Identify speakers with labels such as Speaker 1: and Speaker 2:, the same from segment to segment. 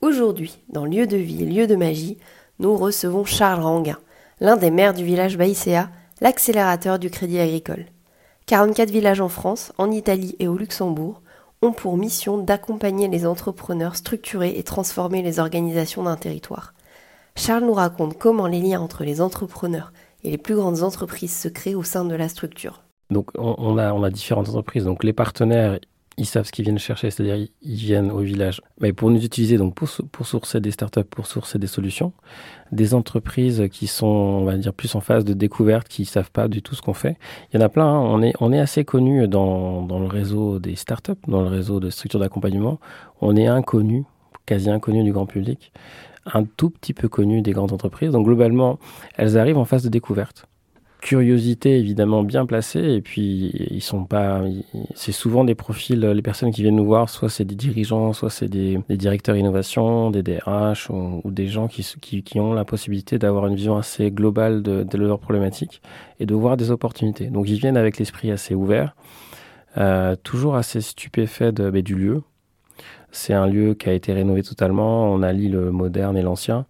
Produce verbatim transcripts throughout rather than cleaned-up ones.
Speaker 1: Aujourd'hui, dans Lieu de vie, lieu de magie, nous recevons Charles Ranguin, l'un des maires du village Baïséa, l'accélérateur du Crédit Agricole. quarante-quatre villages en France, en Italie et au Luxembourg ont pour mission d'accompagner les entrepreneurs, structurer et transformer les organisations d'un territoire. Charles nous raconte comment les liens entre les entrepreneurs et les plus grandes entreprises se créent au sein de la structure.
Speaker 2: Donc on, on, a, on a différentes entreprises. Donc les partenaires, ils savent ce qu'ils viennent chercher, c'est-à-dire ils viennent au village mais pour nous utiliser, donc pour, pour sourcer des startups, pour sourcer des solutions. Des entreprises qui sont, on va dire, plus en phase de découverte, qui ne savent pas du tout ce qu'on fait. Il y en a plein, hein. on, est, on est assez connus dans, dans le réseau des startups, dans le réseau de structures d'accompagnement. On est inconnu, quasi inconnu du grand public, un tout petit peu connu des grandes entreprises. Donc globalement, elles arrivent en phase de découverte. Curiosité évidemment bien placée, et puis ils sont pas, c'est souvent des profils, les personnes qui viennent nous voir, soit c'est des dirigeants, soit c'est des, des directeurs innovation, des D R H ou, ou des gens qui, qui, qui ont la possibilité d'avoir une vision assez globale de, de leurs problématiques et de voir des opportunités. Donc ils viennent avec l'esprit assez ouvert, euh, toujours assez stupéfait de, bah, du lieu. C'est un lieu qui a été rénové totalement, on allie le moderne et l'ancien.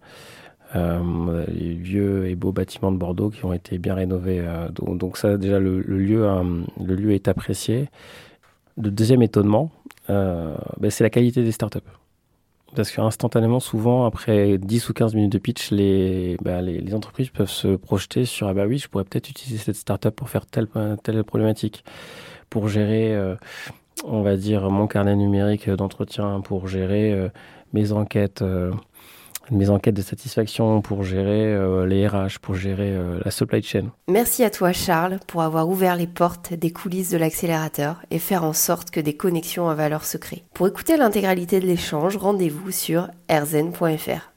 Speaker 2: Euh, les vieux et beaux bâtiments de Bordeaux qui ont été bien rénovés. Euh, donc, donc ça, déjà, le, le, lieu, euh, le lieu est apprécié. Le deuxième étonnement, euh, ben, c'est la qualité des startups. Parce qu'instantanément, souvent, après dix ou quinze minutes de pitch, les, ben, les, les entreprises peuvent se projeter sur « Ah bah oui, je pourrais peut-être utiliser cette startup pour faire telle, telle problématique, pour gérer, euh, on va dire, mon carnet numérique d'entretien, pour gérer euh, mes enquêtes... Euh, mes enquêtes de satisfaction, pour gérer euh, les R H, pour gérer euh, la supply chain.
Speaker 1: Merci à toi Charles pour avoir ouvert les portes des coulisses de l'accélérateur et faire en sorte que des connexions à valeur se créent. Pour écouter l'intégralité de l'échange, rendez-vous sur r zen point f r.